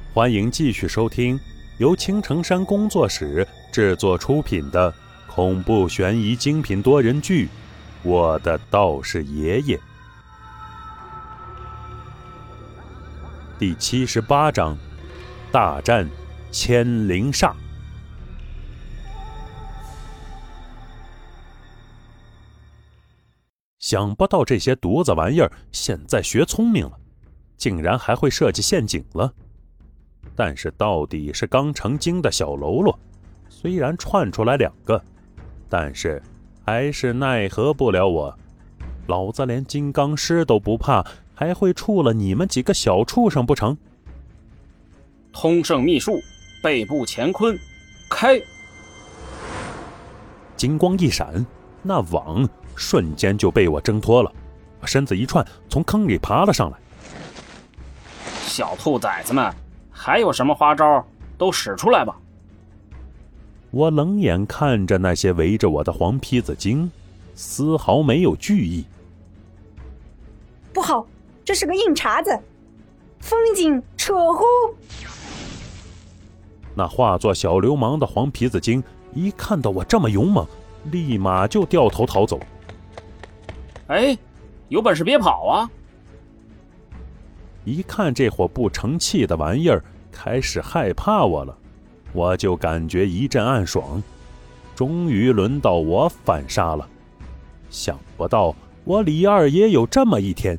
欢迎继续收听由青城山工作室制作出品的恐怖悬疑精品多人剧《我的道士爷爷》第78章：大战千灵煞。想不到这些犊子玩意儿现在学聪明了，竟然还会设计陷阱了。但是到底是刚成精的小喽啰，虽然窜出来2个，但是还是奈何不了我。老子连金刚狮都不怕，还会触了你们几个小畜生不成？ 通圣秘术，背部乾坤，开！ 金光一闪，那网瞬间就被我挣脱了，我身子一窜，从坑里爬了上来。 小兔崽子们，还有什么花招都使出来吧！ 我冷眼看着那些围着我的黄皮子精，丝毫没有惧意。 不好，这是个硬茬子，风景扯呼！ 那化作小流氓的黄皮子精一看到我这么勇猛，立马就掉头逃走。 哎，有本事别跑啊！ 一看这伙不成器的玩意儿开始害怕我了，我就感觉一阵暗爽。终于轮到我反杀了，想不到我李二爷有这么一天。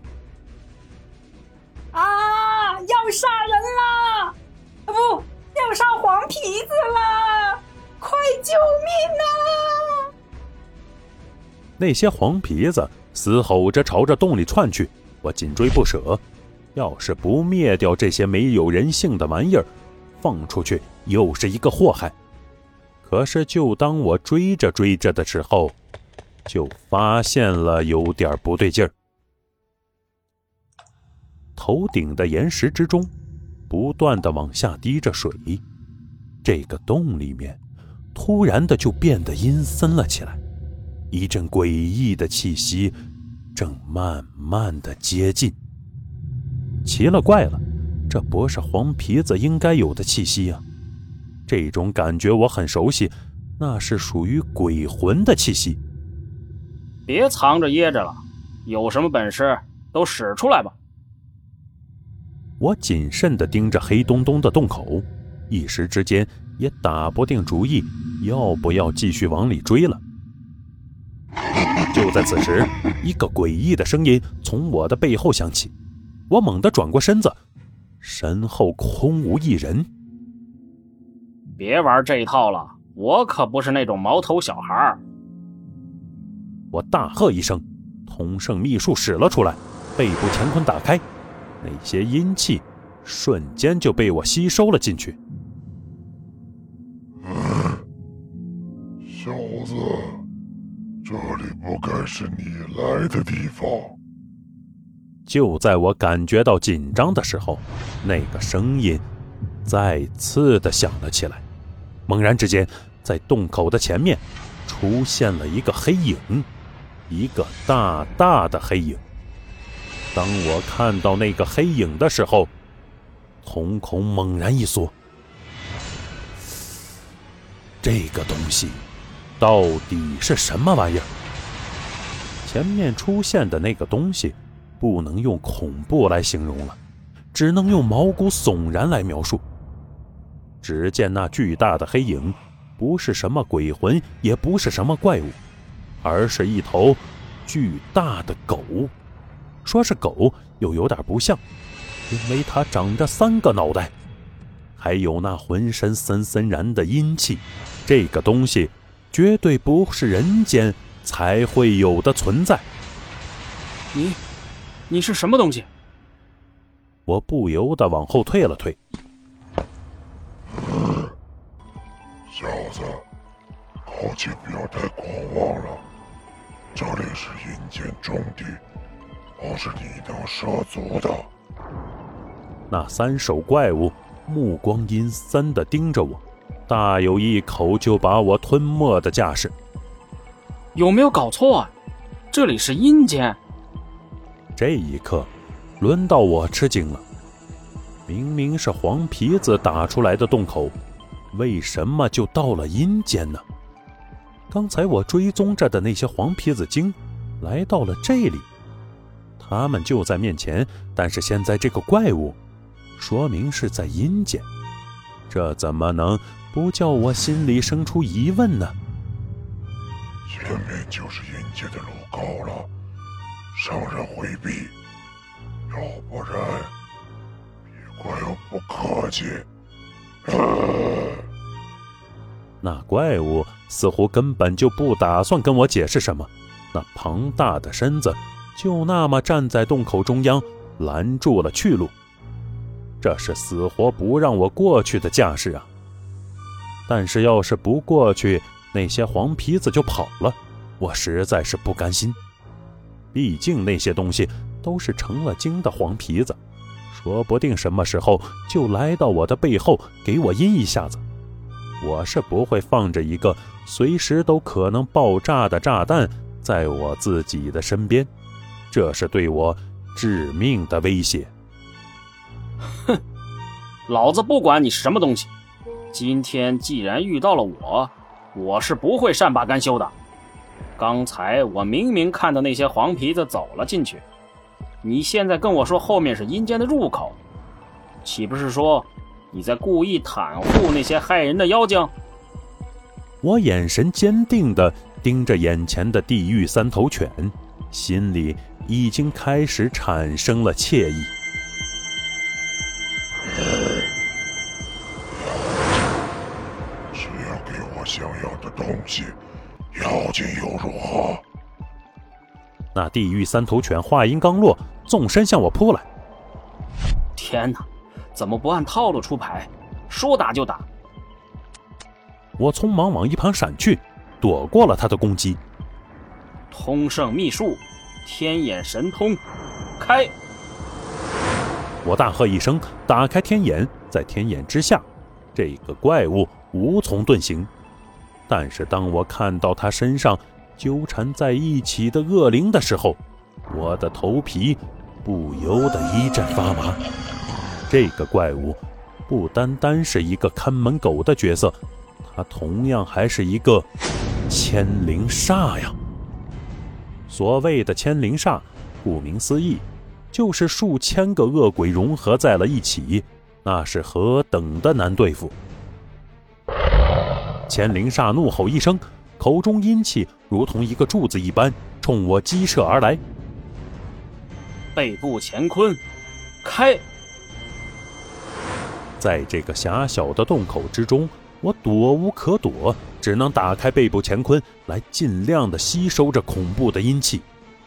啊！要杀人啦！不，要杀黄皮子啦！快救命啊！ 那些黄皮子嘶吼着朝着洞里窜去，我紧追不舍。要是不灭掉这些没有人性的玩意儿，放出去又是一个祸害。可是就当我追着的时候，就发现了有点不对劲儿。头顶的岩石之中不断地往下滴着水，这个洞里面突然的就变得阴森了起来，一阵诡异的气息正慢慢地接近。奇了怪了，这不是黄皮子应该有的气息啊！这种感觉我很熟悉，那是属于鬼魂的气息。 别藏着掖着了，有什么本事都使出来吧！ 我谨慎地盯着黑洞洞的洞口，一时之间也打不定主意要不要继续往里追了。就在此时，一个诡异的声音从我的背后响起，我猛地转过身子，身后空无一人。 别玩这一套了，我可不是那种毛头小孩。 我大喝一声，通圣秘术使了出来，背部乾坤打开，那些阴气瞬间就被我吸收了进去。 小子，这里不该是你来的地方。 就在我感觉到紧张的时候，那个声音再次的响了起来。猛然之间，在洞口的前面出现了一个黑影，一个大大的黑影。当我看到那个黑影的时候，瞳孔猛然一缩。这个东西到底是什么玩意儿？前面出现的那个东西不能用恐怖来形容了，只能用毛骨悚然来描述。只见那巨大的黑影不是什么鬼魂，也不是什么怪物，而是一头巨大的狗。说是狗又有点不像，因为它长着3个脑袋，还有那浑身森森然的阴气。这个东西绝对不是人间才会有的存在。 你是什么东西？ 我不由得往后退了退。 小子，口气不要太狂妄了，这里是阴间重地，不是你能涉足的。 那3手怪物目光阴森地盯着我，大有一口就把我吞没的架势。 有没有搞错啊？这里是阴间。 这一刻轮到我吃惊了， 明明是黄皮子打出来的洞口，为什么就到了阴间呢？刚才我追踪着的那些黄皮子精来到了这里，他们就在面前，但是现在这个怪物说明是在阴间，这怎么能不叫我心里生出疑问呢？ 前面就是阴间的路高了，上人回避，要不然别怪我不客气。 那怪物似乎根本就不打算跟我解释什么，那庞大的身子就那么站在洞口中央，拦住了去路。这是死活不让我过去的架势啊！但是要是不过去，那些黄皮子就跑了，我实在是不甘心。毕竟那些东西都是成了精的黄皮子，说不定什么时候就来到我的背后给我阴一下子。我是不会放着一个随时都可能爆炸的炸弹在我自己的身边，这是对我致命的威胁。 哼，老子不管你是什么东西，今天既然遇到了我是不会善罢甘休的。刚才我明明看到那些黄皮子走了进去，你现在跟我说后面是阴间的入口，岂不是说你在故意袒护那些害人的妖精？ 我眼神坚定地盯着眼前的地狱三头犬，心里已经开始产生了惬意。 只要给我想要的东西，妖精又如何？ 那地狱三头犬话音刚落，纵身向我扑来。 天哪，怎么不按套路出牌，说打就打？ 我匆忙往一旁闪去，躲过了他的攻击。 通圣秘术，天眼神通，开！ 我大喝一声，打开天眼，在天眼之下，这个怪物无从遁形。但是当我看到他身上纠缠在一起的恶灵的时候，我的头皮不由得一阵发麻。这个怪物不单单是一个看门狗的角色，它同样还是一个千灵煞呀。所谓的千灵煞，顾名思义，就是数千个恶鬼融合在了一起，那是何等的难对付。千灵煞怒吼一声，口中阴气如同一个柱子一般冲我激射而来。 背部乾坤，开！ 在这个狭小的洞口之中，我躲无可躲，只能打开背部乾坤来尽量的吸收着恐怖的阴气。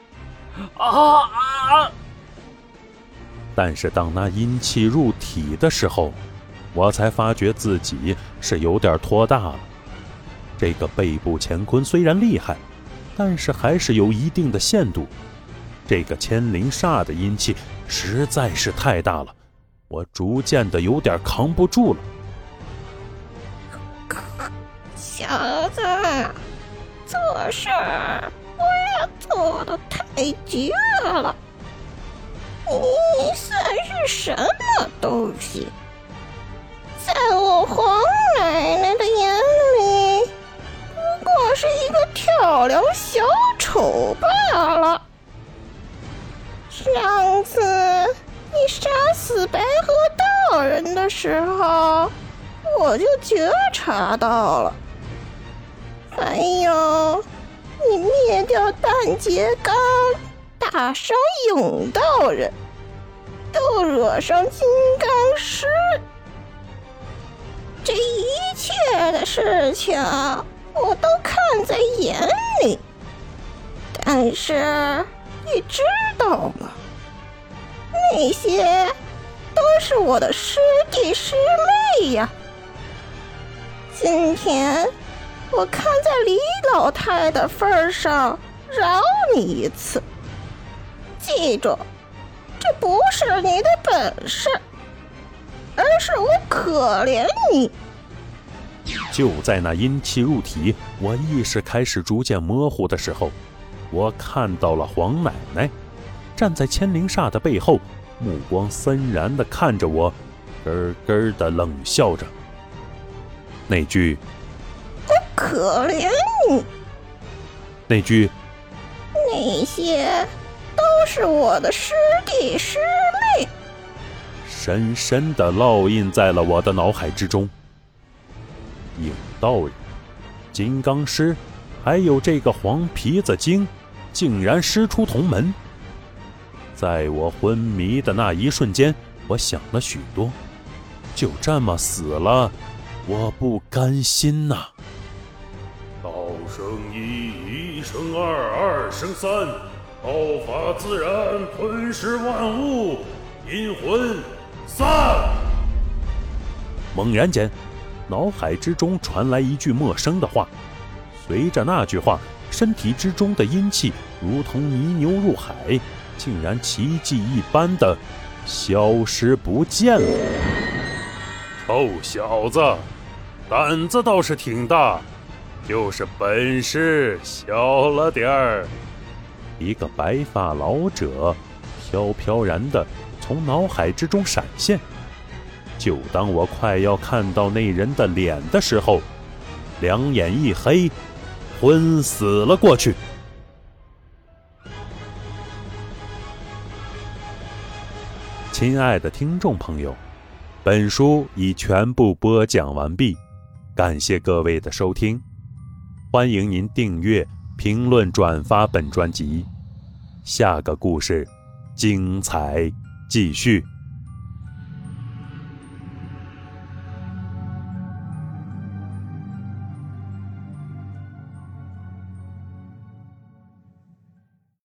但是当那阴气入体的时候，我才发觉自己是有点拖大了。这个背部乾坤虽然厉害，但是还是有一定的限度。这个千灵煞的阴气实在是太大了，我逐渐的有点扛不住了。 小子，做事儿不要做得太绝了。你算是什么东西？在我黄奶奶的眼里，不过是一个跳梁小丑罢了。上次你杀死白鹤道人的时候，我就觉察到了。还有，你灭掉半截刚，打伤甬道人，又惹上金刚师，这一切的事情我都看在眼里。但是你知道吗？那些都是我的师弟师妹呀。今天我看在李老太的份上，饶你一次。记住，这不是你的本事，而是我可怜你。 就在那阴气入体，我意识开始逐渐模糊的时候，我看到了黄奶奶站在千灵煞的背后， 目光森然地看着我，咯咯地冷笑着。那句我可怜你， 那句那些都是我的师弟师妹， 深深地烙印在了我的脑海之中。影道人、金刚师还有这个黄皮子精竟然师出同门。在我昏迷的那一瞬间，我想了许多，就这么死了，我不甘心呐。 道生一，一生二，二生三，道法自然，吞噬万物，阴魂散。 猛然间，脑海之中传来一句陌生的话，随着那句话，身体之中的阴气如同泥牛入海，竟然奇迹一般的消失不见了。 臭小子，胆子倒是挺大，就是本事小了点儿。 一个白发老者飘飘然的从脑海之中闪现。就当我快要看到那人的脸的时候，两眼一黑，昏死了过去。亲爱的听众朋友，本书已全部播讲完毕，感谢各位的收听，欢迎您订阅、评论、转发本专辑，下个故事精彩继续。